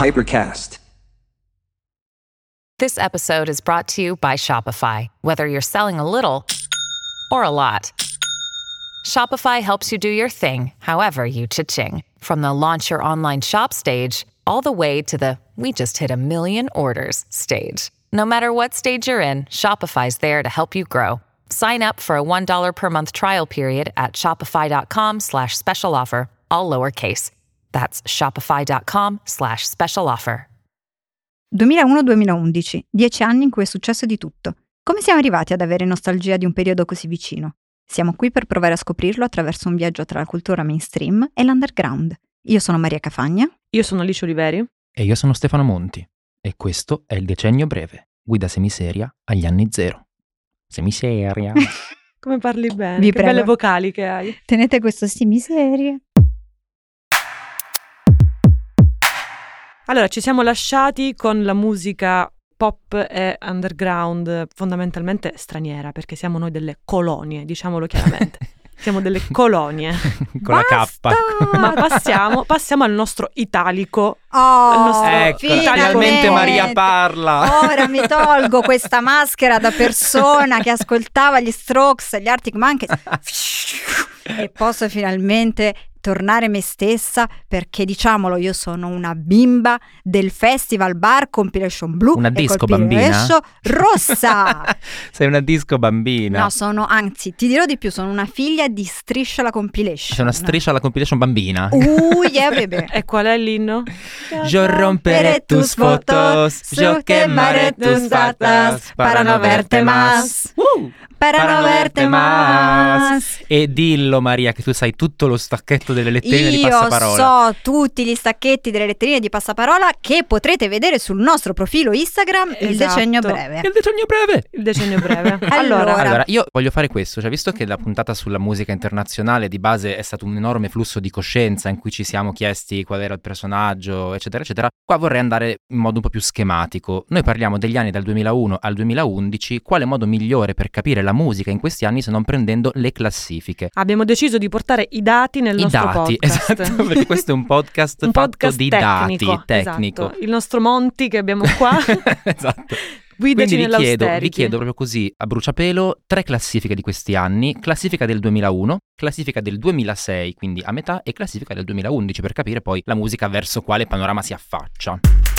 Hypercast. This episode is brought to you by Shopify. Whether you're selling a little or a lot, Shopify helps you do your thing, however you cha-ching. From the launch your online shop stage, all the way to the we just hit 1 million orders stage. No matter what stage you're in, Shopify's there to help you grow. Sign up for a $1 per month trial period at shopify.com/special offer, all lowercase. That's shopify.com/special offer. 2001-2011, 10 anni in cui è successo di tutto. Come siamo arrivati ad avere nostalgia di un periodo così vicino? Siamo qui per provare a scoprirlo attraverso un viaggio tra la cultura mainstream e l'underground. Io sono Maria Cafagna. Io sono Alice Oliveri. E io sono Stefano Monti. E questo è il Decennio Breve, guida semiseria agli anni zero. Semiseria. Come parli bene, Vi che prego. belle vocali che hai. Tenete questo semiserie. Allora, ci siamo lasciati con la musica pop e underground fondamentalmente straniera, perché siamo noi delle colonie, diciamolo chiaramente. Siamo delle colonie. Con la K. Ma passiamo al nostro italico. Oh, Ecco, finalmente Maria parla. Ora mi tolgo questa maschera da persona che ascoltava gli Strokes, gli Arctic Monkeys e posso finalmente tornare me stessa, perché diciamolo, io sono una bimba del Festival Bar Compilation Blu. Una e disco Compilation bambina? rossa. Sei una disco bambina. No, anzi, ti dirò di più, sono una figlia di Striscia la Compilation. Sei una striscia alla compilation bambina. Yeah, bebè. E qual è l'inno? Yo romperé tus fotos, yo quemaré tus patas, para no verte más. Para no verte más. E dillo, Maria, che tu sai tutto lo stacchetto delle letterine di passaparola. Io so tutti gli stacchetti delle letterine di passaparola che potrete vedere sul nostro profilo Instagram, il Esatto. Decennio Breve. Il Decennio Breve. Il Decennio Breve. Allora, io voglio fare questo, cioè visto che la puntata sulla musica internazionale di base è stato un enorme flusso di coscienza in cui ci siamo chiesti qual era il personaggio, eccetera, eccetera, qua vorrei andare in modo un po' più schematico. Noi parliamo degli anni dal 2001 al 2011, quale modo migliore per capire la musica in questi anni se non prendendo le classifiche? Abbiamo deciso di portare i dati nel nostro podcast. Esatto, perché questo è un podcast fatto di tecnico, dati, tecnico. Esatto. Il nostro Monti che abbiamo qua. Esatto. Guidaci Quindi nell'austerity. vi chiedo proprio così, a bruciapelo, 3 classifiche di questi anni: classifica del 2001, classifica del 2006, quindi a metà, e classifica del 2011, per capire poi la musica verso quale panorama si affaccia.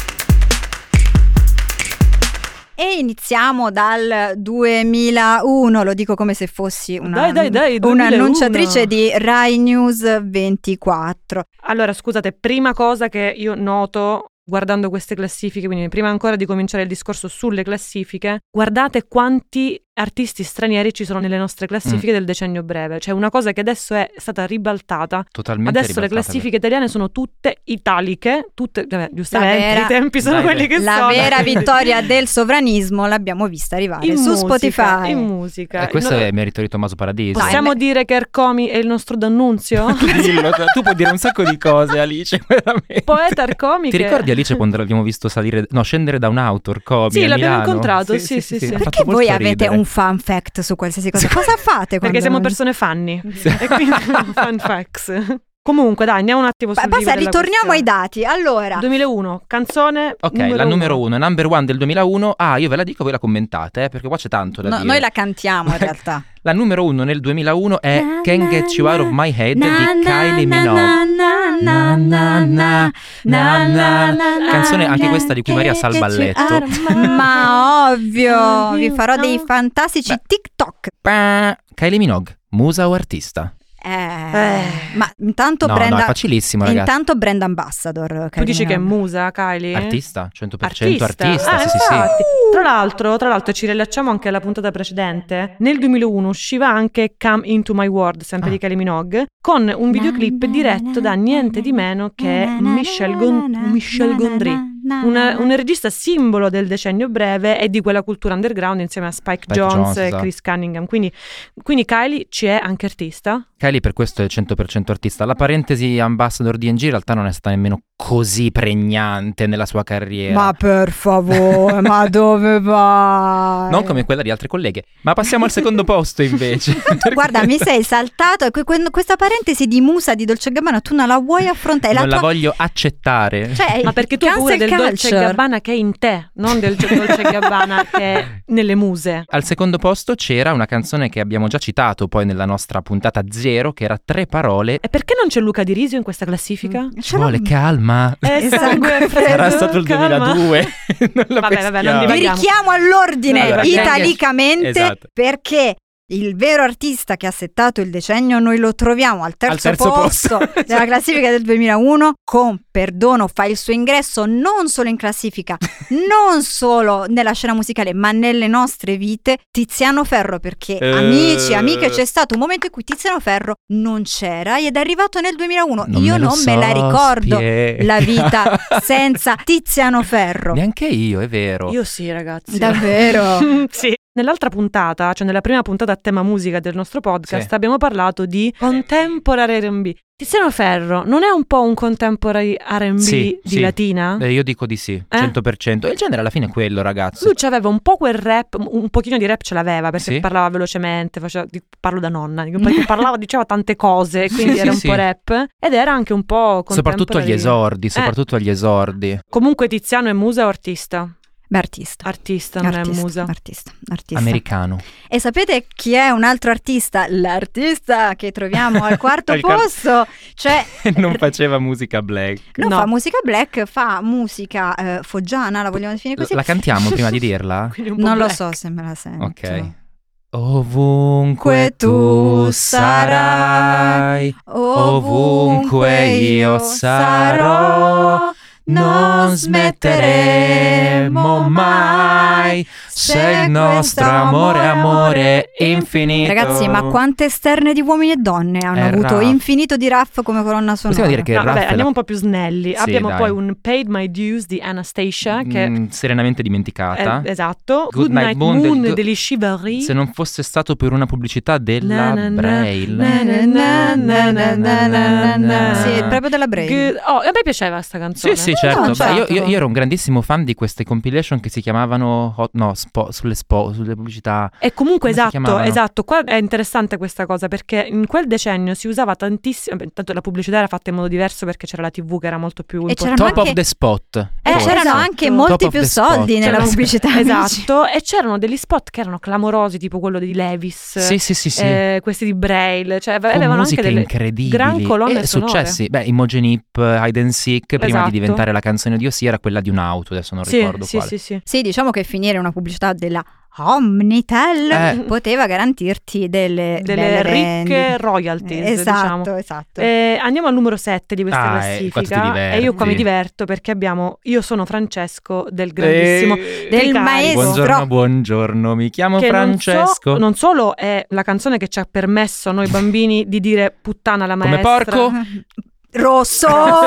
e iniziamo dal 2001, lo dico come se fossi Dai, 2001. un'annunciatrice di Rai News 24. Allora, scusate, prima cosa che io noto guardando queste classifiche, quindi prima ancora di cominciare il discorso sulle classifiche, guardate quanti artisti stranieri ci sono nelle nostre classifiche del Decennio Breve. Cioè una cosa che adesso è stata ribaltata. Totalmente adesso ribaltata, le classifiche italiane sono tutte italiche, tutte, vabbè, giustamente i tempi sono Dai, quelli che La sono. vera vittoria del sovranismo l'abbiamo vista arrivare in su musica, Spotify. in musica. E questo è merito di Tommaso Paradiso. Possiamo dire che Arcomi è il nostro D'Annunzio? Dillo, tu puoi dire un sacco di cose, Alice, veramente. Poeta Arcomi. Ti che... ricordi, Alice, quando l'abbiamo visto scendere da un auto, Arcomi, Sì, a l'abbiamo Milano? incontrato, sì. ha fatto Perché voi molto avete ridere. un fun fact su qualsiasi cosa? Cosa fate? Perché siamo persone funny e quindi fun facts. Comunque dai, andiamo un attimo sul Basta, ritorniamo ai dati. Allora, 2001, canzone Ok, la numero 1, number 1 del 2001. Ah, io ve la dico, voi la commentate, perché qua c'è tanto da dire. noi la cantiamo in realtà. La numero 1 nel 2001 è Can't Get You Out of My Head di Kylie Minogue. Canzone anche questa di cui Maria sa il balletto. Ma ovvio, vi farò dei fantastici TikTok. Kylie Minogue, musa o artista? Ma intanto No, brand no, è facilissimo, ragazzi. Intanto brand ambassador. Tu dici che è Minogue. musa, Kylie? Artista, 100% artista, Ah, sì, sì, sì. infatti. Tra l'altro, ci riallacciamo anche alla puntata precedente. Nel 2001 usciva anche Come Into My World, sempre di Kylie Minogue, con un videoclip diretto da niente di meno che Michel Gondry. Un regista simbolo del Decennio Breve e di quella cultura underground insieme a Spike Jonze e esatto. Chris Cunningham. Quindi Kylie ci è anche artista? Kylie per questo è 100% artista. La parentesi ambassador DNG in realtà non è stata nemmeno così pregnante nella sua carriera. Ma per favore, ma dove vai? Non come quella di altre colleghe. Ma passiamo al secondo posto invece. Guarda, mi sei saltato. Questa parentesi di musa di Dolce & Gabbana tu non la vuoi affrontare? Non la voglio accettare. Cioè, Ma perché tu hai paura del Dolce & Gabbana che è in te, non del Dolce & Gabbana che è nelle muse. Al secondo posto c'era una canzone che abbiamo già citato poi nella nostra puntata 0, che era 3 parole. E perché non c'è Luca Di Risio in questa classifica? Ci vuole calma. Sangue freddo, Era stato il 2002. Non la vabbè, non Vi divaghiamo. richiamo all'ordine Allora, italicamente, esatto. perché il vero artista che ha settato il decennio noi lo troviamo al terzo posto della classifica del 2001. Con perdono fa il suo ingresso non solo in classifica, non solo nella scena musicale, ma nelle nostre vite. Tiziano Ferro, perché amici, amiche, c'è stato un momento in cui Tiziano Ferro non c'era ed è arrivato nel 2001. Io non me la ricordo la vita senza Tiziano Ferro. Neanche io, è vero. Io sì, ragazzi. Davvero? Sì. Nell'altra puntata, cioè nella prima puntata a tema musica del nostro podcast, Sì. abbiamo parlato di contemporary R&B. Tiziano Ferro non è un po' un contemporary R&B Sì, di sì. latina? Io dico di sì, 100%. Il genere alla fine è quello, ragazzo. Lui c'aveva un po' quel rap, un pochino di rap ce l'aveva perché Sì. parlava velocemente, parlo da nonna, perché parlava, diceva tante cose, quindi Sì, era un sì, po' sì. rap ed era anche un po' Soprattutto agli contemporary. esordi. Comunque Tiziano è musa o artista? Beh, artista. Artista, non è musa. Artista. Americano. E sapete chi è un altro artista? L'artista che troviamo al quarto posto, cioè Non faceva musica black. non No. fa musica black, fa musica foggiana, la vogliamo definire così? La cantiamo prima di dirla? Quindi un po' Non lo black. so se me la sento. Ok. Ovunque tu sarai, ovunque io sarò, non smetteremo mai, se il nostro amore infinito. Ragazzi, ma quante esterne di uomini e donne hanno avuto Raff. Infinito di Raff come colonna sonora? Possiamo dire che No, Raff vabbè, è andiamo un po' più snelli. Sì, Abbiamo dai. poi un Paid My Dues di Anastasia, che serenamente dimenticata. esatto. Good Good Night Night Moon Moon del- degli Chivalry. Se non fosse stato per una pubblicità della Na, na, na, Braille. na, na, na, na, na, na, na. Sì, proprio della Braille. Oh, a me piaceva sta canzone. Sì, certo. No, Beh, certo. io ero un grandissimo fan di queste compilation che si chiamavano sulle pubblicità. E comunque Come si chiamavano? esatto, qua è interessante questa cosa perché in quel decennio si usava tantissimo, intanto la pubblicità era fatta in modo diverso perché c'era la TV che era molto più importante. c'erano Top of anche- the spot. forse. C'erano esatto. anche Top molti of più the spot. soldi nella C'era- pubblicità. amici. Esatto, e c'erano degli spot che erano clamorosi, tipo quello di Levis. Sì. Questi di Braille, cioè Con avevano anche musiche delle incredibili gran colonne e sonore. successi. Beh, Imogen Heap, Hide and Seek, prima Esatto. di diventare la canzone di Ossia era quella di un'auto, adesso non ricordo sì, quale. sì. Sì, diciamo che finire una pubblicità della Omnitel poteva garantirti delle Delle ricche rendite. royalties, Esatto, diciamo. esatto. Andiamo al numero 7 di questa qua tu classifica ti diverti. e io qua mi diverto perché abbiamo Io sono Francesco del grandissimo Del Tricari, maestro. Buongiorno, mi chiamo che Francesco. non solo è la canzone che ci ha permesso a noi bambini di dire puttana alla Come maestra. porco? Rosso.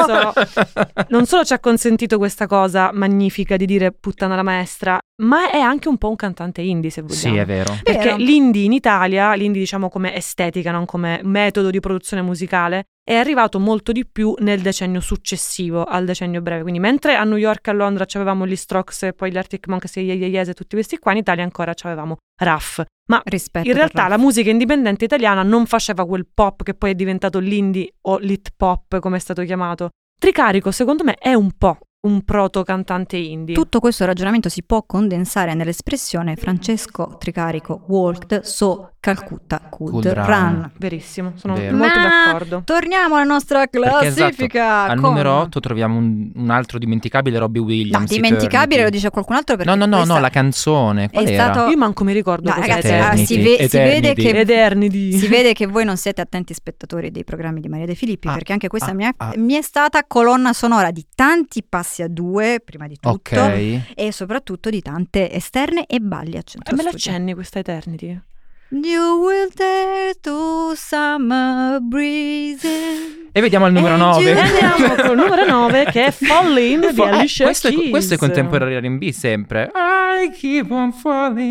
Non solo ci ha consentito questa cosa magnifica di dire puttana alla maestra, ma è anche un po' un cantante indie, se vogliamo. Sì, è vero. Perché Vero. l'indie in Italia, l'indie diciamo come estetica, non come metodo di produzione musicale, è arrivato molto di più nel decennio successivo al decennio breve. Quindi mentre a New York e a Londra c'avevamo gli Strokes e poi gli Arctic Monkeys e gli Yes e tutti questi qua, in Italia ancora c'avevamo Raff. Ma Rispetto in realtà per la musica indipendente italiana non faceva quel pop che poi è diventato l'indie o l'hit pop, come è stato chiamato. Tricarico, secondo me, è un po' un proto cantante indie. Tutto questo ragionamento si può condensare nell'espressione Francesco Tricarico walked so Calcutta could Could run. run. Verissimo, sono Vero. molto Ma d'accordo. torniamo alla nostra Perché, classifica. Al con- numero 8 troviamo un altro dimenticabile, Robbie Williams. No, dimenticabile Eternity. lo dice qualcun altro perché No, questa la canzone. Qual è era? stato- Io manco mi ricordo No, cos'è. ragazzi, Eternity. si vede Eternity. che Eternity. si vede che voi non siete attenti spettatori dei programmi di Maria De Filippi, perché anche questa mi ah. è stata colonna sonora di tanti passi a due, prima di tutto, Ok. e soprattutto di tante esterne e balli a centro Me la studio. accenni questa Eternity? You will dare to summer breezes. E vediamo al numero And 9. you- Andiamo col numero 9 che è Fallin' di Alicia questo Keys. è contemporary R&B sempre. I keep on falling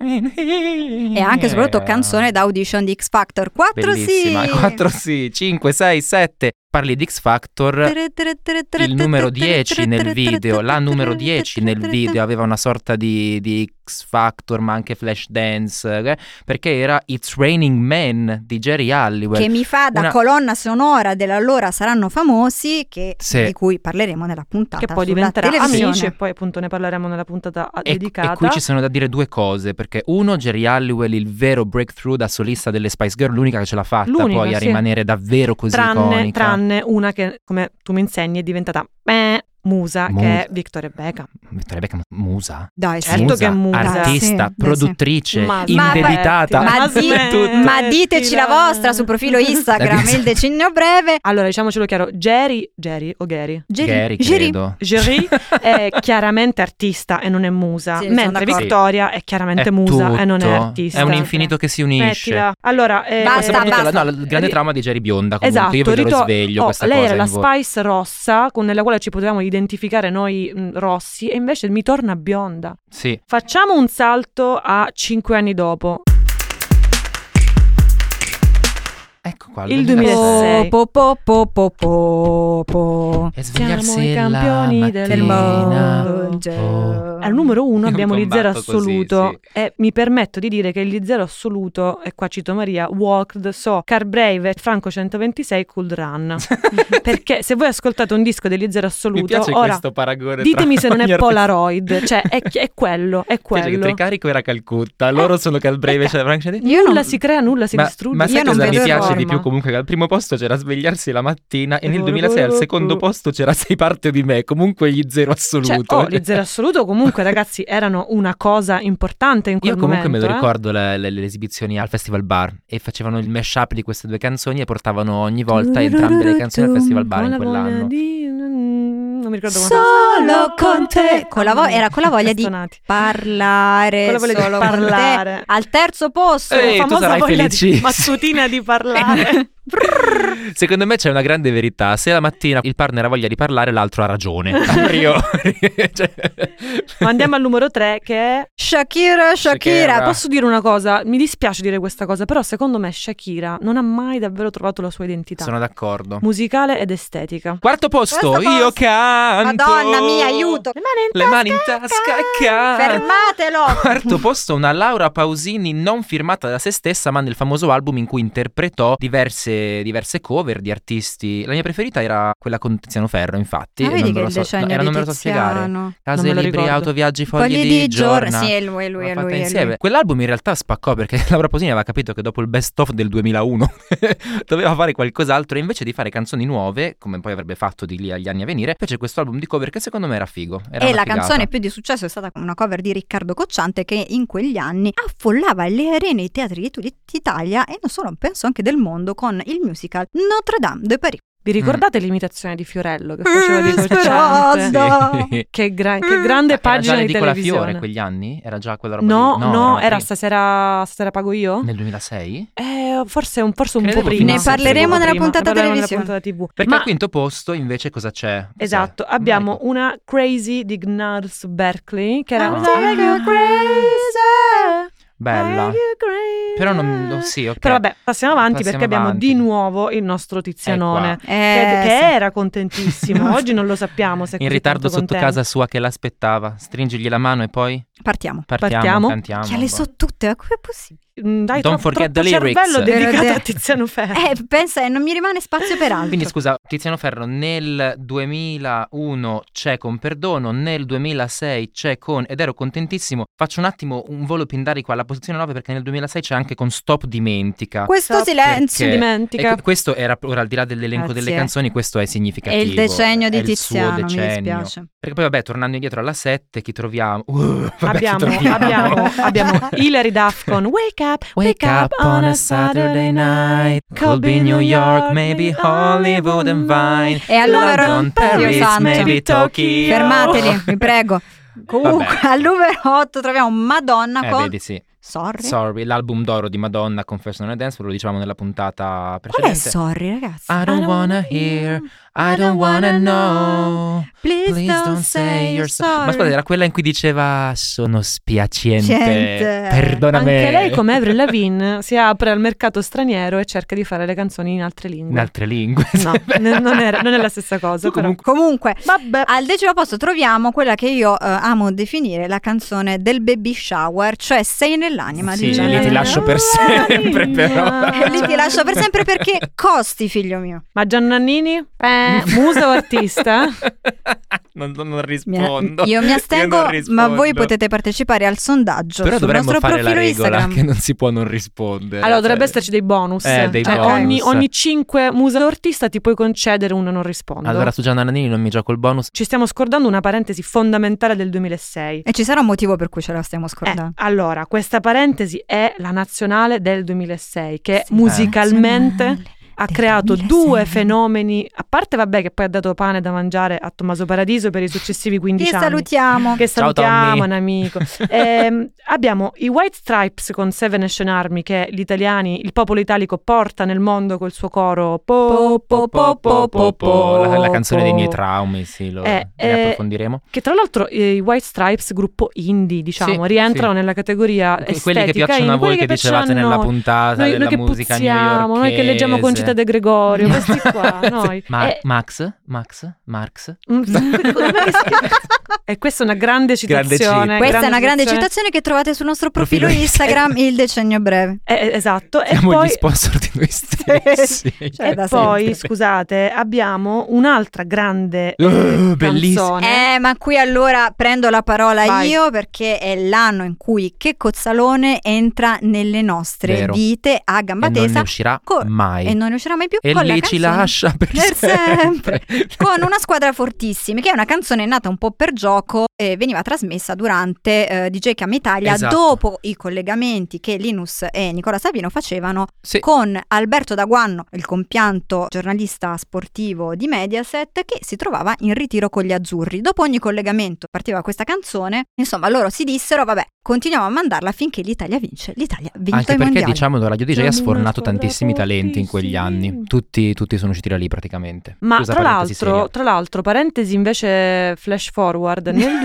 E anche soprattutto canzone da audition di X Factor. 4 bellissima. sì. 4 sì, 5, 6, 7. Parli di X Factor, il numero 10 nel video, la numero 10 nel video aveva una sorta di X Factor, ma anche Flashdance, perché era It's Raining Men di Jerry Halliwell. Che mi fa da colonna sonora dell'Allora saranno famosi, di cui parleremo nella puntata. Che poi sulla diventerà televisione. Amici, e poi appunto ne parleremo nella puntata dedicata. E qui ci sono da dire due cose, perché uno, Jerry Halliwell, il vero breakthrough da solista delle Spice Girl, l'unica che ce l'ha fatta poi a rimanere davvero così iconica. Tranne una che, come tu mi insegni, è diventata musa, che è Victoria Beckham. Victoria Beckham, musa? Dai, certo musa, che è musa. Artista, Sì, produttrice, sì. indebitata. Ma diteci la vostra su profilo Instagram, il decennio breve. Allora, diciamocelo chiaro, Jerry o Gary? Gary, credo. Jerry è chiaramente artista e non è musa, Sì, mentre Victoria è chiaramente musa tutto. e non è artista. È un infinito che si unisce. Mettila. Allora, basta. Il grande trauma di Jerry bionda, comunque. Esatto, Io vedo risveglio questa lei cosa. era la Spice rossa, nella quale ci potevamo identificare noi rossi, e invece mi torna bionda. Sì. Facciamo un salto a 5 anni dopo. Ecco qua, Il 2006. E svegliarsi Siamo i campioni del mondo. Al numero 1 abbiamo gli zero assoluto, sì. E mi permetto di dire che gli zero assoluto, e qua cito Maria, Walked, Car Brave e Franco 126 Could Run. Perché se voi ascoltate un disco degli zero assoluto, Mi piace ora questo paragone. ditemi se non è ogni artista. Polaroid, cioè è quello. Che Tricarico era Calcutta, loro sono Cal Brave, cioè Franco 126. Nulla si crea, nulla si distrugge. Ma sai Io non cosa mi vedo piace di forma. più? Comunque che al primo posto c'era Svegliarsi la mattina e nel 2006 al secondo posto c'era Sei parte di me, comunque gli zero assoluto. Gli zero assoluto comunque ragazzi erano una cosa importante in quel Io comunque momento. me lo ricordo le esibizioni al Festival Bar e facevano il mashup di queste due canzoni e portavano ogni volta entrambe le canzoni al Festival Bar in quell'anno. Non mi ricordo Solo con te. Era con la voglia di parlare. Con la voglia di solo con parlare. te. Al terzo posto. Ehi, la tu famosa sarai voglia felicissimo. mattutina di parlare. Secondo me c'è una grande verità: se la mattina il partner ha voglia di parlare, l'altro ha ragione. A priori. Ma andiamo al numero 3 che è Shakira. Posso dire una cosa? Mi dispiace dire questa cosa, però secondo me Shakira non ha mai davvero trovato la sua identità Sono d'accordo. musicale ed estetica. Quarto posto, io canto. Madonna mia, aiuto. Le mani in tasca e canto. Fermatelo. Quarto posto, una Laura Pausini non firmata da se stessa, ma nel famoso album in cui interpretò diverse cover di artisti. La mia preferita era quella con Tiziano Ferro, infatti. Ma vedi non che me lo il so, decennio non di me lo so spiegare. Tiziano. Case, Non me lo libri, ricordo. auto, viaggi, fogli di giorno. Sì, è lui. Insieme. Quell'album in realtà spaccò perché Laura Pausini aveva capito che dopo il best of del 2001 doveva fare qualcos'altro, e invece di fare canzoni nuove, come poi avrebbe fatto di lì agli anni a venire, fece questo album di cover che secondo me era figo. Era E una la figata. canzone più di successo è stata una cover di Riccardo Cocciante, che in quegli anni affollava le arene e i teatri di tutta Italia e non solo, penso anche del mondo, con il musical Notre Dame de Paris. Vi ricordate l'imitazione di Fiorello che faceva di Cocciante? Speranza. Sì. Che grande Era pagina già di Nicola televisione. Fiore quegli anni? Era già quella roba No, lì? era prima. stasera pago io? Nel 2006? Forse un Credevo po' prima. Ne parleremo nella puntata televisione. Puntata TV. Perché Ma al quinto posto invece cosa c'è? esatto, Cos'è? abbiamo Ecco. una Crazy di Gnarls Berkeley che era Bella. Però non... sì, ok. Però vabbè, passiamo avanti Passiamo perché abbiamo avanti. di nuovo il nostro Tizianone È che Sì. era contentissimo. Oggi non lo sappiamo se è In così ritardo tanto sotto contento. casa sua che l'aspettava. Stringigli la mano e poi Partiamo. Partiamo? cantiamo. Che le so tutte, ma com'è possibile? Dai, Don't forget troppo the lyrics. cervello dedicato Vero a Tiziano Ferro. Pensa, non mi rimane spazio per altro. Quindi scusa, Tiziano Ferro nel 2001 c'è con Perdono, nel 2006 c'è con Ed ero contentissimo. Faccio un attimo un volo pindarico alla posizione 9 perché nel 2006 c'è anche con Stop Dimentica. Questo Stop, silenzio. Perché- dimentica. E questo era, ora al di là dell'elenco delle Grazie. canzoni, questo è È significativo. il decennio di è il suo Tiziano, mi decennio. dispiace. Perché poi vabbè, tornando indietro alla 7, chi troviamo? Vabbè, chi Abbiamo Hilary Duff con Wake Up on a Saturday night, could be New York, maybe Hollywood and Vine, E allora, London, Dio Paris, santo. maybe Tokyo. Fermateli, vi prego. Comunque, Vabbè. al numero 8 troviamo Madonna con Vedi, sì. Sorry. L'album d'oro di Madonna, Confession on a Dance, lo dicevamo nella puntata precedente. Qual è Sorry, ragazzi? I don't wanna hear, I don't wanna know, Please don't say you're sorry. Ma aspetta, era quella in cui diceva sono spiacente, Ciente. perdonami. Anche lei, come Avril Lavigne, si apre al mercato straniero e cerca di fare le canzoni in altre lingue. In altre lingue. No, non è la stessa cosa. Però. Comunque, Vabbè. al 10° posto troviamo quella che io amo definire la canzone del baby shower, cioè Sei nell'anima Sì, di lì ti lascio per sempre, però. Lì ti lascio per sempre perché costi, figlio mio. Ma Giannannini? Musa o artista? Non rispondo. Io mi astengo, non ma rispondo. voi potete partecipare al sondaggio Però sul dovremmo nostro fare la profilo regola Instagram. che non si può non rispondere. Allora, dovrebbe Cioè, esserci dei bonus. dei Cioè, bonus. ogni 5 musa o artista ti puoi concedere un non rispondo. Allora su Gianna Nannini non mi gioco il bonus. Ci stiamo scordando una parentesi fondamentale del 2006. E ci sarà un motivo per cui ce la stiamo scordando. Allora, questa parentesi è la nazionale del 2006, che Sì, musicalmente nazionale ha del creato 2006. due fenomeni, a parte vabbè che poi ha dato pane da mangiare a Tommaso Paradiso per i successivi 15 Ti anni. salutiamo. Che Ciao, salutiamo, Tommy. un amico. Abbiamo i White Stripes con Seven Nation Army, che il popolo italico porta nel mondo col suo coro La canzone dei miei traumi, sì, ne approfondiremo. che tra l'altro i White Stripes, gruppo indie, diciamo, Sì, rientrano sì. nella categoria estetica. Quelli che piacciono a voi, che dicevate nella puntata noi della che musica puzziamo, newyorkese. noi che leggiamo Concita De Gregorio, questi qua, noi. Marx? E questa è una grande citazione. Questa è una grande citazione che trovate sul nostro profilo Instagram, Il Decennio Breve. Esatto. Siamo e poi, gli sponsor di noi stessi. Cioè, e da poi sempre. scusate, abbiamo un'altra grande bellissima. canzone. Ma qui allora prendo la parola Vai. io, perché è l'anno in cui Che Cozzalone entra nelle nostre Vero. vite a gamba E non tesa ne uscirà mai. e non ne uscirà mai più. E con la lì ci canzone lascia per sempre. con una squadra fortissima, che è una canzone nata un po' per gioco e veniva trasmessa durante DJ Cam Italia, Esatto. dopo i collegamenti che Linus e Nicola Savino facevano Sì. con Alberto Daguanno, il compianto giornalista sportivo di Mediaset, che si trovava in ritiro con gli azzurri. Dopo ogni collegamento partiva questa canzone, insomma loro si dissero vabbè, continuiamo a mandarla finché l'Italia vince. L'Italia ha vinto Anche i perché mondiali. diciamo la Radio DJ ha Siamo sfornato una squadra tantissimi talenti in quegli fortissima. anni. Tutti sono usciti da lì praticamente. Ma Scusa, tra parentesi l'altro, parentesi invece flash forward, nel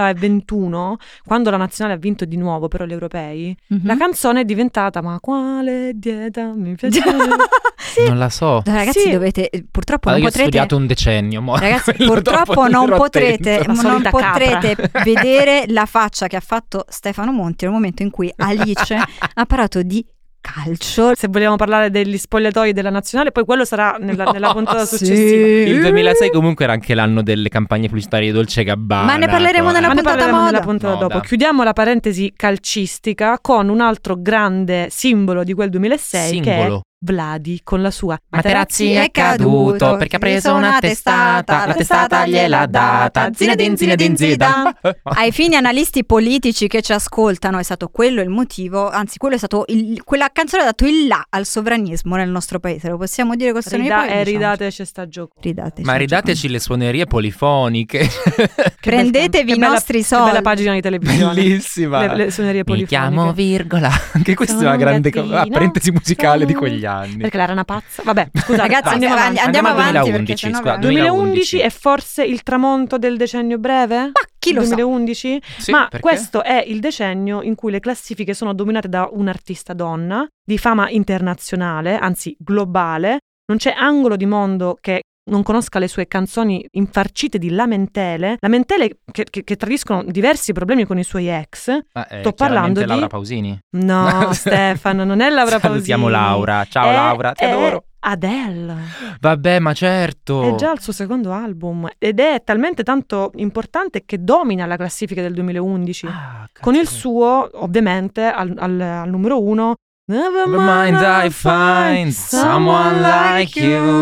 2021, quando la nazionale ha vinto di nuovo però gli europei, Mhm. la canzone è diventata Ma quale dieta mi piace? seria. Non la so. Ragazzi, Sì. dovete purtroppo Allora, non io ho potrete studiato un decennio. Ragazzi, quello purtroppo dopo non ero potrete, attento. La non solita potrete vedere la faccia che ha fatto Stefano Monti nel momento in cui Alice ha parlato di calcio. Se vogliamo parlare degli spogliatoi della nazionale, poi quello sarà nella puntata sì. successiva. Il 2006 comunque era anche l'anno delle campagne pubblicitarie di Dolce Gabbana. Ma ne parleremo nella Ma ne puntata parleremo moda. nella puntata Moda. dopo. Chiudiamo la parentesi calcistica con un altro grande simbolo di quel 2006 che è Simbolo. Vladi con la sua Materazzi è caduto perché ha preso una testata, la testata gliel'ha data. Zinedine, Zinedine, Zidane. Ai fini analisti politici che ci ascoltano è stato quello il motivo, anzi quello è stato quella canzone ha dato il là al sovranismo nel nostro paese, lo possiamo dire questo ridateci sta gioco. Ridateci. Ma ridateci le suonerie polifoniche. Prendetevi i nostri Che soldi. bella pagina di televisione. Bellissima. Le suonerie Mi polifoniche. chiamo Virgola. Anche questa Sono è una grande gattina, parentesi musicale di sono- quegli anni. Perché l'era una pazza. Vabbè, scusate, Ragazzi, andiamo avanti. andiamo al avanti 2011, perché sennò scusa, veramente- 2011 è forse il tramonto del decennio breve? Ma chi lo sa? 2011? Sì, Ma perché? questo è il decennio in cui le classifiche sono dominate da un'artista donna di fama internazionale, anzi globale. Non c'è angolo di mondo che non conosca le sue canzoni infarcite di lamentele che tradiscono diversi problemi con i suoi ex. Sto parlando di Laura Pausini. No, Stefano, non è Laura Pausini. Salutiamo Laura. Ciao Laura, ti adoro. Adele. Vabbè, ma certo. È già il suo secondo album ed è talmente tanto importante che domina la classifica del 2011 Ah, con il cazzo. suo, ovviamente, al numero 1. Never Never mind, I find someone like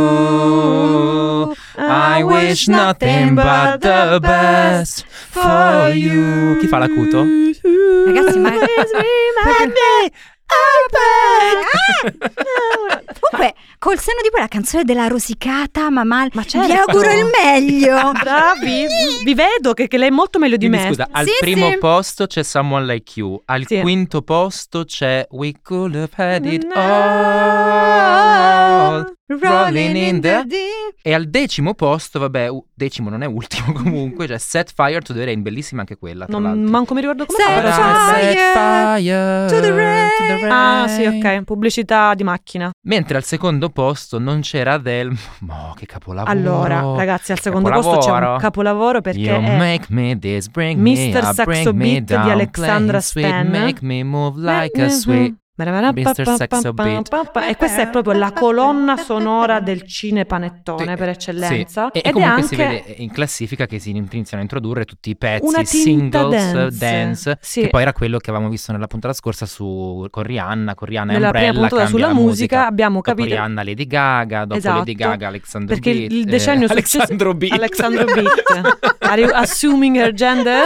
you. I wish nothing but the best for you. Chi fa l'acuto? Ragazzi, ma comunque col senno di poi la canzone della Rosicata, ma certo. vi auguro il meglio. Bravi, vi vedo che lei è molto meglio di Quindi, me. scusa, al Sì, primo sì. posto c'è Someone Like You, al Sì. quinto posto c'è We Could Have Had It All, Rolling in the... deep. E al decimo posto, vabbè, decimo non è ultimo comunque, c'è Set Fire to the Rain, bellissima anche quella, tra Non l'altro. manco mi ricordo come Set fa. fire Fire to the rain. Ah, sì, ok, pubblicità di macchina. Mentre al secondo posto non c'era Adele. Mo, che capolavoro. Allora, ragazzi, al secondo posto c'è un capolavoro perché You è make me this, bring Mr. me up, Saxo bring me Beat down, di Alexandra playing sweet, Stan. make me move like a sweet. Mr. Saxo Beat. E questa è proprio la colonna sonora del cinepanettone Sì, per eccellenza. sì. E Ed comunque è si anche vede in classifica che si iniziano a introdurre tutti i pezzi, una tinta singles, dance. Sì. che poi era quello che avevamo visto nella puntata scorsa con Rihanna e nella prima Umbrella, puntata cambia sulla la musica abbiamo Dopo capito Rihanna Lady Gaga, dopo Esatto. Lady Gaga Alexandro perché Beat, il decennio Alexandro Beat. Alexandro Beat. Are you assuming her gender?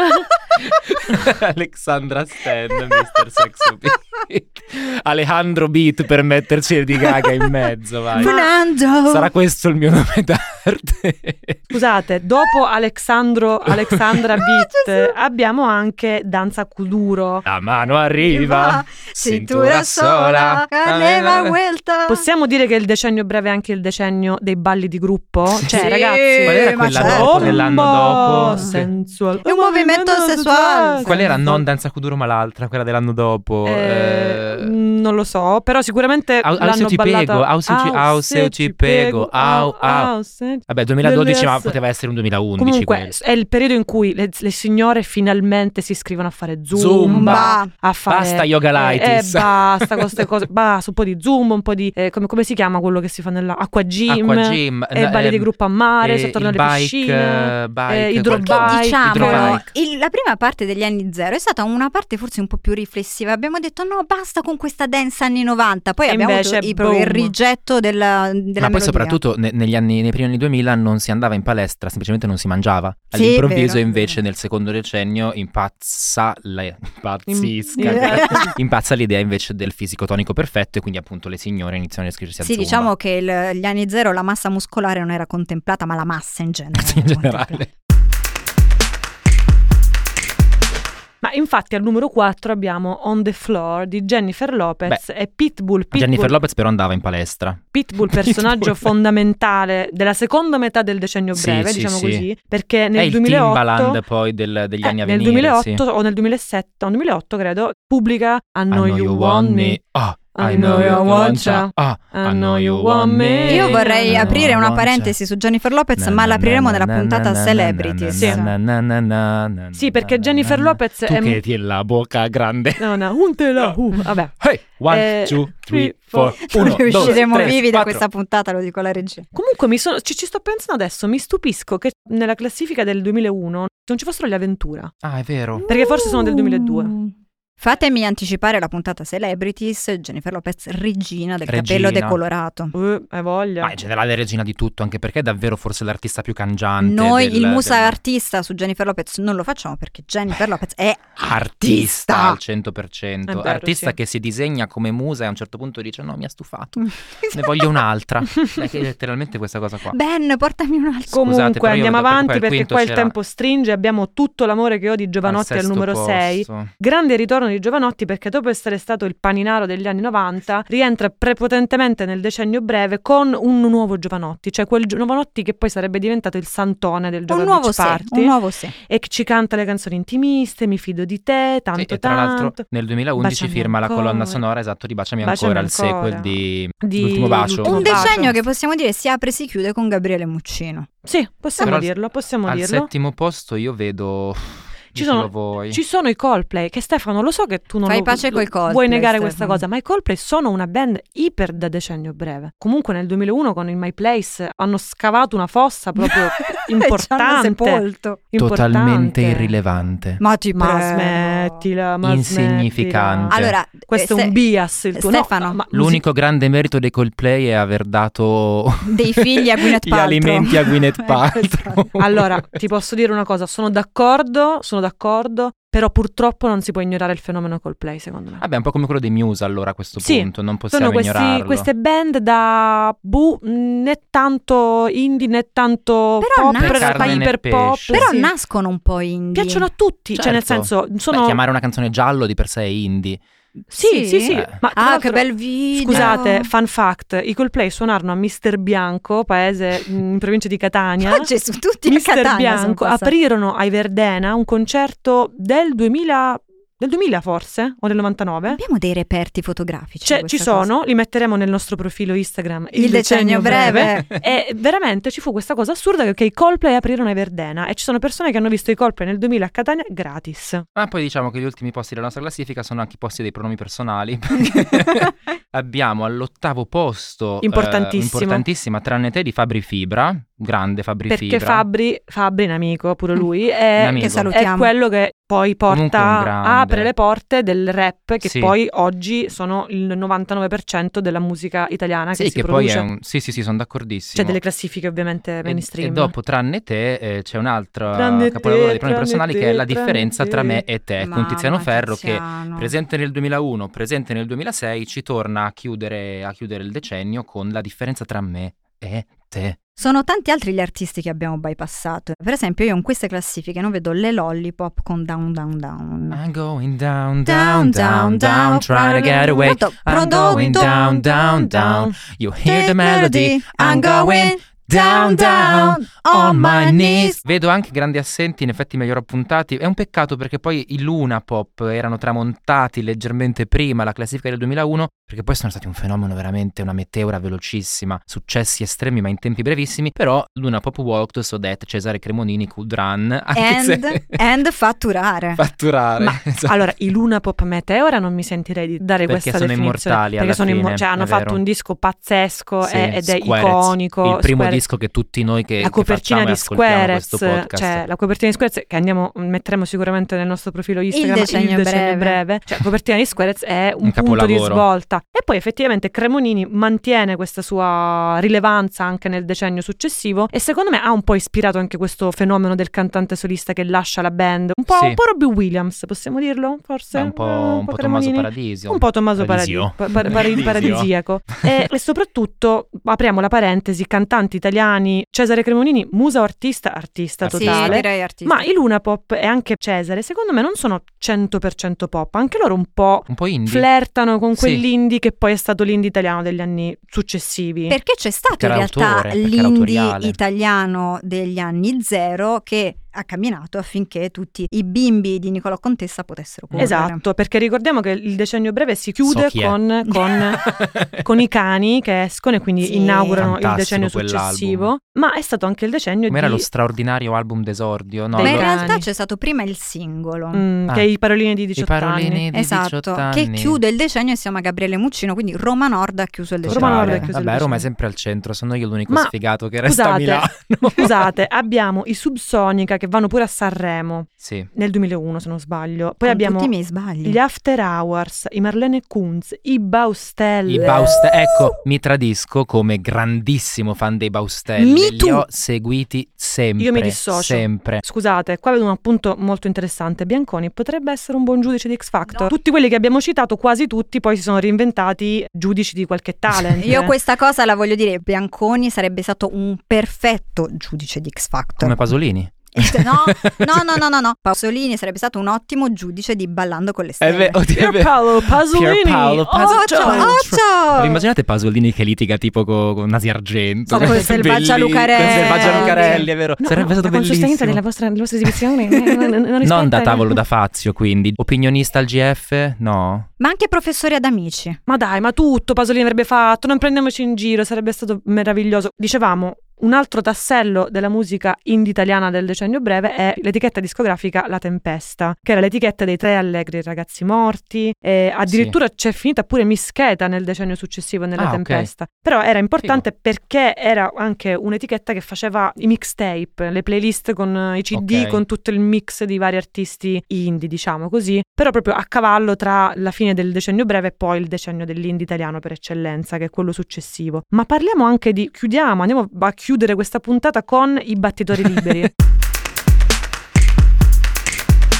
Alexandra Stan, Mr. Saxo Beat. Alejandro Beat per metterci Lady Gaga in mezzo, vai. Fernando. Sarà questo il mio nome d'arte. Scusate, dopo Alexandra Beat abbiamo anche Danza Kuduro. La mano arriva, cintura sola, caneva vuelta. Possiamo dire che il decennio breve è anche il decennio dei balli di gruppo? Cioè, Sì, ragazzi, qual era ma quella certo. dopo dell'anno dopo? Sensual. È un movimento sessuale. Qual era non Danza Kuduro ma l'altra, quella dell'anno dopo? Non lo so, però sicuramente l'hanno Ti ballata. pego, au se ci pego, au. Vabbè, 2012 ma poteva essere un 2011 Comunque quello. è il periodo in cui le signore finalmente si iscrivono a fare Zumba. Zumba, a fare Basta yoga lights. basta con queste cose, basta un po' di Zumba, un po' di come si chiama quello che si fa nell'acqua gym, balli di gruppo a mare, sottorno alle piscine, idrobike. Diciamo, idrobike. la prima parte degli anni zero è stata una parte forse un po' più riflessiva. Abbiamo detto no, basta con questa dance anni 90. Poi E abbiamo invece, avuto proprio il boom. rigetto della melodia. Ma poi soprattutto nei primi anni 2000 non si andava in palestra, semplicemente non si mangiava. Sì, All'improvviso vero, invece vero. nel secondo decennio impazza l'idea invece del fisico tonico perfetto e quindi appunto le signore iniziano a iscriversi al Sì, Zumba. diciamo che gli anni zero la massa muscolare non era contemplata, ma la massa in genere. Sì, in era generale. contemplata. Ma infatti al numero 4 abbiamo On the Floor di Jennifer Lopez e Pitbull. Jennifer Lopez però andava in palestra. Pitbull, personaggio fondamentale della seconda metà del decennio breve, Sì, diciamo sì. così, perché È nel il 2008 Timbaland poi degli anni a nel venire. 2008 sì. o nel 2007, o nel 2008 credo, pubblica I Know You Want Me. I know you want ya. I know you want me. Io vorrei I aprire know una you want ya. parentesi su Jennifer Lopez, ma l'apriremo nella puntata Celebrities. Sì, perché Jennifer Lopez tu è che ti è la bocca grande. Vabbè. Hey, 1, 2, 3, 4. Non 1, 2, usciremo 3, vivi da 4. questa puntata, lo dico alla regia. Comunque ci sto pensando adesso, mi stupisco che nella classifica del 2001 non ci fossero le Avventura, Ah, è vero. perché forse sono del 2002. Fatemi anticipare la puntata Celebrities, Jennifer Lopez regina del capello decolorato. Hai voglia. Ma in generale è regina di tutto, anche perché è davvero forse l'artista più cangiante. Noi il musa artista su Jennifer Lopez non lo facciamo perché Jennifer Lopez è artista al 100%. È vero, Artista sì. che si disegna come musa e a un certo punto dice no, mi ha stufato, ne voglio un'altra. È che letteralmente questa cosa qua. Ben, portami un altro. Comunque Scusate, però io andiamo vedo avanti al perché quinto qua il c'era- tempo stringe. Abbiamo Tutto l'amore che ho di Giovanotti al sesto numero posto. 6. Grande ritorno di Giovanotti perché dopo essere stato il paninaro degli anni 90 rientra prepotentemente nel decennio breve con un nuovo Giovanotti, cioè quel Giovanotti che poi sarebbe diventato il santone del Un Giova nuovo Beach sé, Party un nuovo sé. e che ci canta le canzoni intimiste, Mi fido di te, tanto Sì, e tra l'altro tanto. nel 2011 Baciami firma la ancora. colonna sonora esatto di Baciami Baciami ancora, il ancora. sequel di Di L'ultimo bacio. L'ultimo Un bacio. decennio che possiamo dire si apre e si chiude con Gabriele Muccino. Sì, possiamo Però dirlo, possiamo Al dirlo. settimo posto io vedo Ci sono, voi. ci sono i Coldplay, che Stefano, lo so che tu non Fai lo, pace coi Coldplay, vuoi negare Stefano. questa cosa, ma i Coldplay sono una band iper da decennio breve. Comunque nel 2001 con il My Place hanno scavato una fossa proprio importante. sepolto. Totalmente irrilevante. Ma ti Ma prego. smettila, ma Insignificante. smettila. Allora, Questo è un bias il tuo. Stefano, No, ma L'unico grande merito dei Coldplay è aver dato dei figli a Gwyneth gli Paltrow. alimenti a Gwyneth Paltrow. Allora, ti posso dire una cosa, sono d'accordo, però purtroppo non si può ignorare il fenomeno Coldplay, secondo me. Vabbè, è un po' come quello dei Muse allora a questo Sì, punto, non possiamo sono ignorarlo. queste band da né tanto indie né tanto Però pop, nascono- Carne né iper pop. pesce. Però sì. nascono un po' indie. Piacciono a tutti, cioè nel Certo. senso sono... Beh, chiamare una canzone giallo di per sé è indie. Sì. Ma tra l'altro, che bel video. scusate, fun fact, i Coldplay suonarono a Mister Bianco, paese in provincia di Catania. Oggi su tutti a Mister Catania sono Bianco passati. aprirono ai Verdena un concerto del 2000 forse, o del 99. Abbiamo dei reperti fotografici. Cioè, di ci questa sono, li metteremo nel nostro profilo Instagram, Il Decennio Breve. E veramente ci fu questa cosa assurda che i Coldplay aprirono ai Verdena e ci sono persone che hanno visto i Coldplay nel 2000 a Catania gratis. Ma poi diciamo che gli ultimi posti della nostra classifica sono anche i posti dei pronomi personali, perché abbiamo all'8° posto importantissima tranne te di Fabri Fibra, grande Fabri Perché Fibra. Fabri, un amico, pure lui, Un è amico. Che salutiamo. è quello che poi Comunque un grande. apre le porte del rap, che Sì. poi oggi sono il 99% della musica italiana Sì, che si che poi produce. è un... Sì, sono d'accordissimo. C'è delle classifiche ovviamente E mainstream. dopo, tranne te, c'è un altro Tranne capolavoro te, dei pronomi tranne personali te, che è la tranne differenza te. tra me e te, con Tiziano Mamma, Ferro Tiziano. che presente nel 2001, presente nel 2006, ci torna a chiudere il decennio con la differenza tra me e te. Sono tanti altri gli artisti che abbiamo bypassato. Per esempio, io in queste classifiche non vedo le Lollipop con Down Down Down. I'm going down, down, down, down, trying to get away. I'm going down, down, down. You hear the melody, I'm going down, down, on my knees. Vedo anche grandi assenti, in effetti meglio appuntati. È un peccato perché poi i Luna Pop erano tramontati leggermente prima la classifica del 2001, perché poi sono stati un fenomeno veramente, una meteora velocissima, successi estremi ma in tempi brevissimi. Però Luna Pop walked so that Cesare Cremonini could run, anche se And fatturare. fatturare. Ma Esatto. allora, i Luna Pop Meteora non mi sentirei di dare Perché questa sono definizione. immortali Perché alla fine, cioè, hanno è fatto vero. un disco pazzesco Sì, ed è Squarez, iconico. il primo Squarez. disco che tutti noi che La copertina facciamo e di ascoltiamo Squarez, questo podcast. cioè la copertina di Squarez che metteremo sicuramente nel nostro profilo Instagram, Decennio Breve. Cioè la copertina di Squarez è un punto di capolavoro. svolta. E poi effettivamente Cremonini mantiene questa sua rilevanza anche nel decennio successivo e secondo me ha un po' ispirato anche questo fenomeno del cantante solista che lascia la band, un po', Sì. un po' Robbie Williams, possiamo dirlo? Forse? Un po' Tommaso Cremonini. Paradiso. Un po' Tommaso Paradisio. Paradisiaco. E soprattutto, apriamo la parentesi, cantanti italiani, Cesare Cremonini, musa o artista Sì, totale. direi artista. Ma i Luna Pop e anche Cesare, secondo me non sono 100% pop, anche loro un po' indie. flirtano con Sì. quell'indie che poi è stato l'indie italiano degli anni successivi. Perché c'è stato Perché in era realtà autore, perché era l'indie autoriale. italiano degli anni zero che ha camminato affinché tutti i bimbi di Niccolò Contessa potessero correre. Esatto, perché ricordiamo che il decennio breve si chiude So chi è. con i cani che escono e quindi Sì. inaugurano il Fantastico decennio quell'album. successivo, ma è stato anche il decennio Com'era di... lo straordinario album d'esordio? No, Dei Ma in lo- cani. realtà c'è stato prima il singolo. Ah. che è i parolini di I 18 parolini anni. di Esatto, 18 anni. che chiude il decennio e si chiama Gabriele Muccino, quindi Roma Nord ha chiuso il decennio. Roma Nord Totale. ha chiuso il Vabbè, Roma è decennio. sempre al centro, sono io l'unico Ma sfigato che resta a Milano. Scusate, abbiamo i Subsonica che vanno pure a Sanremo Sì. nel 2001 se non sbaglio. Poi Con abbiamo tutti i miei sbagli. gli After Hours, i Marlene Kunz, i Baustelle. Ecco, mi tradisco come grandissimo fan dei Baustelle. Me Li too. ho seguiti sempre. Io mi dissocio. Sempre. Scusate, qua vedo un appunto molto interessante. Bianconi potrebbe essere un buon giudice di X Factor. No. Tutti quelli che abbiamo citato, quasi tutti, poi si sono reinventati giudici di qualche talent. Io questa cosa la voglio dire, Bianconi sarebbe stato un perfetto giudice di X Factor. Come Pasolini. No. Pasolini sarebbe stato un ottimo giudice di Ballando con le stelle. Pierpaolo Pasolini. Pierpaolo Pasolini. Occio! Vi immaginate Pasolini che litiga tipo con Nasi Argento? O con Selvaggia Bellissimo, Lucarelli. con Selvaggia Lucarelli, è vero. No, Sarebbe stato la consistenza bellissimo. delle vostre esibizioni non Non da rispetta- tavolo da Fazio, quindi. Opinionista al GF? No. Ma anche professori ad amici. Ma dai, ma tutto Pasolini avrebbe fatto, non prendiamoci in giro, sarebbe stato meraviglioso. Dicevamo, un altro tassello della musica indie italiana del decennio breve è l'etichetta discografica La Tempesta, che era l'etichetta dei Tre Allegri Ragazzi Morti, e addirittura c'è finita pure Mischeta nel decennio successivo nella Ah, ok. Tempesta. Però era importante perché era anche un'etichetta che faceva i mixtape, le playlist con i CD, Ok. con tutto il mix di vari artisti indie, diciamo così, però proprio a cavallo tra la fine del decennio breve e poi il decennio dell'indie italiano per eccellenza, che è quello successivo. Ma parliamo anche di... andiamo a chiudere questa puntata con i battitori liberi.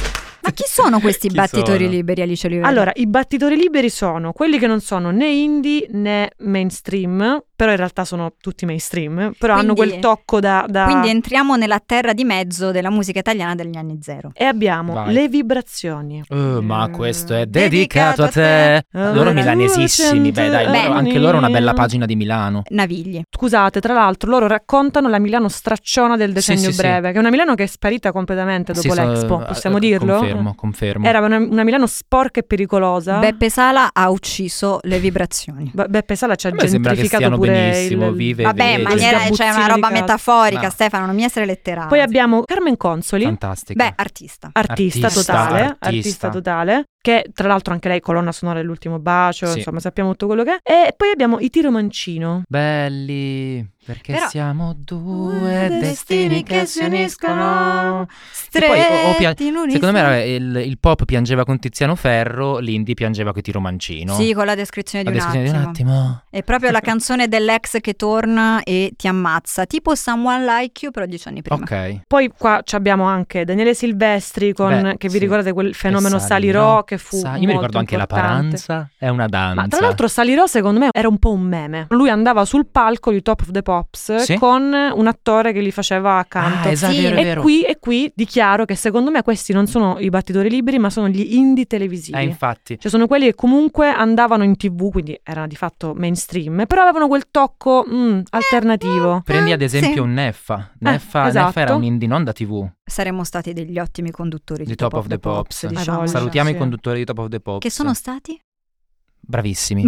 Ma chi sono questi Chi battitori sono? liberi, Alice Oliveri? Allora, i battitori liberi sono quelli che non sono né indie né mainstream, però in realtà sono tutti mainstream, però hanno Quindi- quel tocco da... Quindi entriamo nella terra di mezzo della musica italiana degli anni zero. E abbiamo Vai. le vibrazioni. Ma questo è Dedicato dedicato a a te. Loro Allora, milanesissimi, beh dai, Beh. anche loro una bella pagina di Milano. Navigli. Scusate, tra l'altro loro raccontano la Milano stracciona del decennio sì, sì. breve, che è una Milano che è sparita completamente dopo Sì, l'Expo, possiamo dirlo? Confermo. Era una Milano sporca e pericolosa. Beppe Sala ha ucciso le vibrazioni. Beppe Sala ci ha A me sembra che gentrificato stiano pure benissimo, il... vive Vabbè, vede. ma lo c'è sgabuzzino una roba di casa. metaforica, No. Stefano, non mi essere letterale. Poi abbiamo Carmen Consoli, Fantastica. Beh, artista. artista Artista. totale, che tra l'altro anche lei colonna sonora dell'Ultimo Bacio, Sì. insomma sappiamo tutto quello che è. E poi abbiamo i Tiro Mancino. Belli, perché Però- siamo due destini che si uniscono. Stretti E poi, in unison. secondo me il pop piangeva con Tiziano Ferro, l'indie piangeva con Tiro Mancino. Sì, con la descrizione La di un descrizione di un attimo. attimo. È proprio la canzone dell'ex che torna e ti ammazza, tipo Someone Like You, però 10 anni prima. Ok. Poi qua ci abbiamo anche Daniele Silvestri con, Beh, che vi sì. ricordate quel fenomeno E Salirò che fu Io mi molto ricordo anche importante. La Paranza, è una danza. Ma tra l'altro Salirò secondo me era un po' un meme. Lui andava sul palco di Top of the Pops Sì. con un attore che gli faceva accanto. Ah, esatto, Sì. è vero. E qui dichiaro che secondo me questi non sono i battitori liberi, ma sono gli indie televisivi. Infatti. Cioè sono quelli che comunque andavano in TV, quindi erano di fatto mainstream, però avevano quel tocco alternativo. Prendi ad esempio sì. un Neffa. Neffa esatto. era un indie non da TV, Saremmo stati degli ottimi conduttori di di Top of the Pops. diciamo. voglia. Salutiamo Sì. i conduttori di Top of the Pops. Che sono stati? Bravissimi.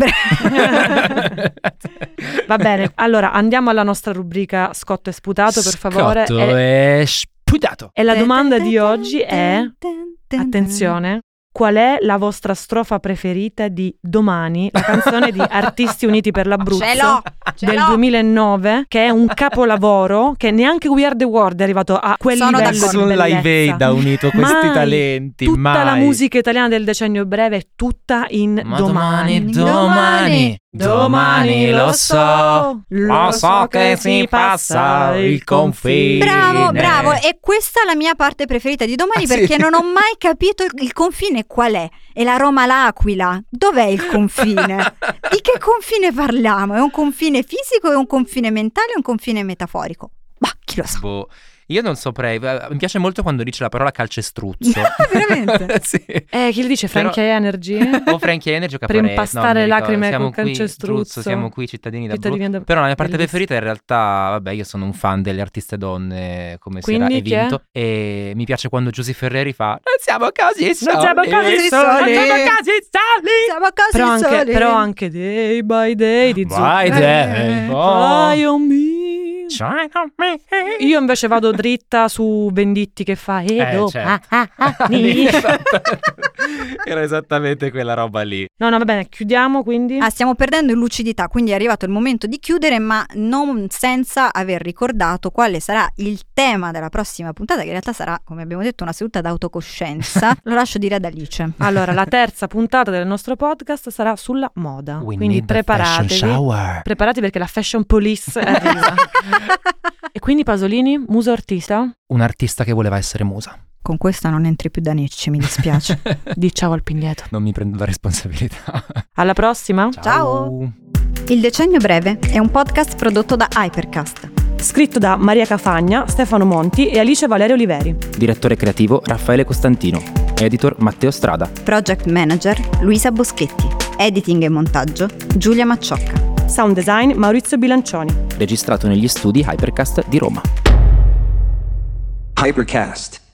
Va bene, allora andiamo alla nostra rubrica Scotto e sputato, per favore. Scotto E, e sputato. e la domanda di oggi è, attenzione, qual è la vostra strofa preferita di Domani, la canzone di Artisti Uniti per l'Abruzzo? Ce Del l'ho. 2009, che è un capolavoro che neanche We Are the World è arrivato a quel Sono livello d'accordo. di Nessun bellezza. Live Aid ha unito questi Mai. talenti. Tutta mai. la musica italiana del decennio breve è tutta in Ma Domani. domani lo so che si passa il confine. Bravo, e questa è la mia parte preferita di Domani, Ah, sì? perché non ho mai capito il confine qual è. È la Roma-L'Aquila. Dov'è il confine? Di che confine parliamo? È un confine fisico, è un confine mentale, è un confine metaforico? Ma chi lo sa? Boh, io non saprei. Mi piace molto quando dice la parola calcestruzzo. Veramente? Sì. Chi le dice Frankie Energy? O Frankie Energy o Per Caparezza. impastare no, mi ricordo. lacrime Siamo con qui, calcestruzzo. siamo qui cittadini Cittadini d'Abruzzo. da- Però la mia parte Bellissimo. preferita in realtà, vabbè, io sono un fan delle artiste donne come Quindi Sera e chi è? Vinto. E mi piace quando Giusy Ferreri fa Non siamo così soli. Non siamo così soli. soli. Non siamo così soli. Siamo così soli. Però anche Day by Day di By Zucchero. day, oh. Fly on me. Shine on me. Io invece vado dritta su Venditti che fa Edo. Certo. Era esattamente quella roba lì. No, va bene, chiudiamo quindi. Stiamo perdendo in lucidità, quindi è arrivato il momento di chiudere, ma non senza aver ricordato quale sarà il tema della prossima puntata, che in realtà sarà, come abbiamo detto, una seduta d'autocoscienza. Lo lascio dire ad Alice. Allora, la terza puntata del nostro podcast sarà sulla moda. We Quindi need the fashion preparatevi. shower. Preparati perché la fashion police arriva. E quindi Pasolini, muso artista, Un artista che voleva essere musa. Con questa non entri più da Necci, mi dispiace. di ciao al Pigneto. Non mi prendo la responsabilità. Alla prossima. Ciao. Il Decennio Breve è un podcast prodotto da Hypercast. Scritto da Maria Cafagna, Stefano Monti e Alice Valeria Oliveri. Direttore creativo Raffaele Costantino. Editor Matteo Strada. Project Manager Luisa Boschetti. Editing e montaggio Giulia Macciocca. Sound design Maurizio Bilancioni. Registrato negli studi Hypercast di Roma. Hypercast.